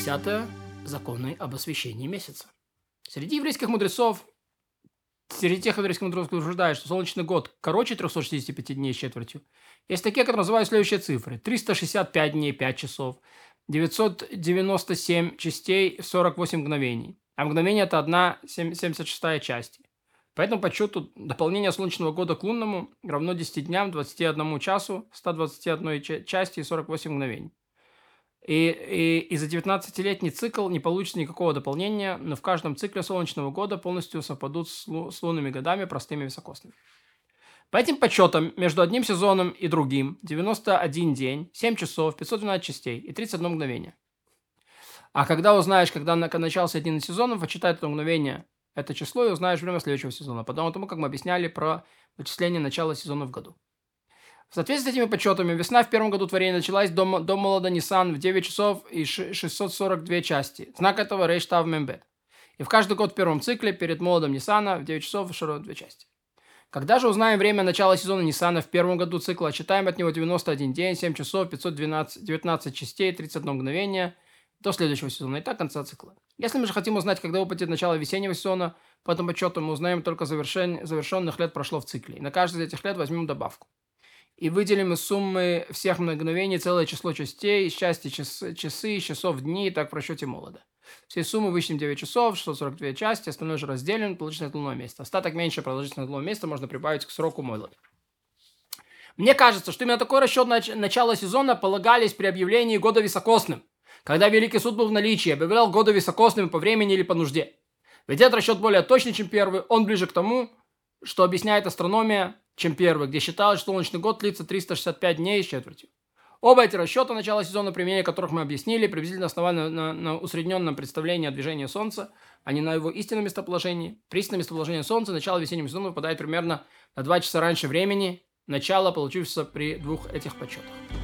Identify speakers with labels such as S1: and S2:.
S1: 10. Законы об освещении месяца. Среди тех еврейских мудрецов утверждают, что солнечный год короче 365 дней с четвертью. Есть такие, которые называют следующие цифры. 365 дней 5 часов, 997 частей 48 мгновений. А мгновение – это 1/76 части. По этому подсчету дополнение солнечного года к лунному равно 10 дням, 21 часу, 121 части и 48 мгновений. И за 19-летний цикл не получится никакого дополнения, но в каждом цикле солнечного года полностью совпадут с лунными годами, простыми и високосными. По этим подсчетам, между одним сезоном и другим 91 день, 7 часов, 512 частей и 31 мгновение. А когда узнаешь, когда начался один из сезонов, отчитай это мгновение, это число, и узнаешь время следующего сезона, потому как мы объясняли про вычисление начала сезона в году. В соответствии с этими подсчетами, весна в первом году творения началась до молода Нисан в 9 часов и 642 части. Знак этого Рейш Тав Мем Бет. И в каждый год в первом цикле перед молодом Нисана в 9 часов и 42 части. Когда же узнаем время начала сезона Нисана в первом году цикла, отсчитаем от него 91 день, 7 часов, 519 частей, 31 мгновение до следующего сезона, и так конца цикла. Если мы же хотим узнать, когда выпадет начало весеннего сезона, по этому подсчету мы узнаем только завершенных лет прошло в цикле. И на каждый из этих лет возьмем добавку. И выделим из суммы всех мгновений целое число частей, из части часы, из часов дни, так в расчете молода. Всей суммы вычтем 9 часов, 642 части, остальное же разделим, получится лунное место. Остаток меньше продолжительного лунного места можно прибавить к сроку молода. Мне кажется, что именно такой расчет начала сезона полагались при объявлении года високосным, когда Великий суд был в наличии, объявлял года високосными по времени или по нужде. Ведь этот расчет более точный, чем первый, он ближе к тому, что объясняет астрономия, чем первый, где считалось, что солнечный год длится 365 дней с четвертью. Оба эти расчета начала сезона, применение которых мы объяснили, приблизительно основаны на усредненном представлении о движении Солнца, а не на его истинном местоположении. При истинном местоположении Солнца начало весеннего сезона выпадает примерно на 2 часа раньше времени начала, получившегося при двух этих подсчетах.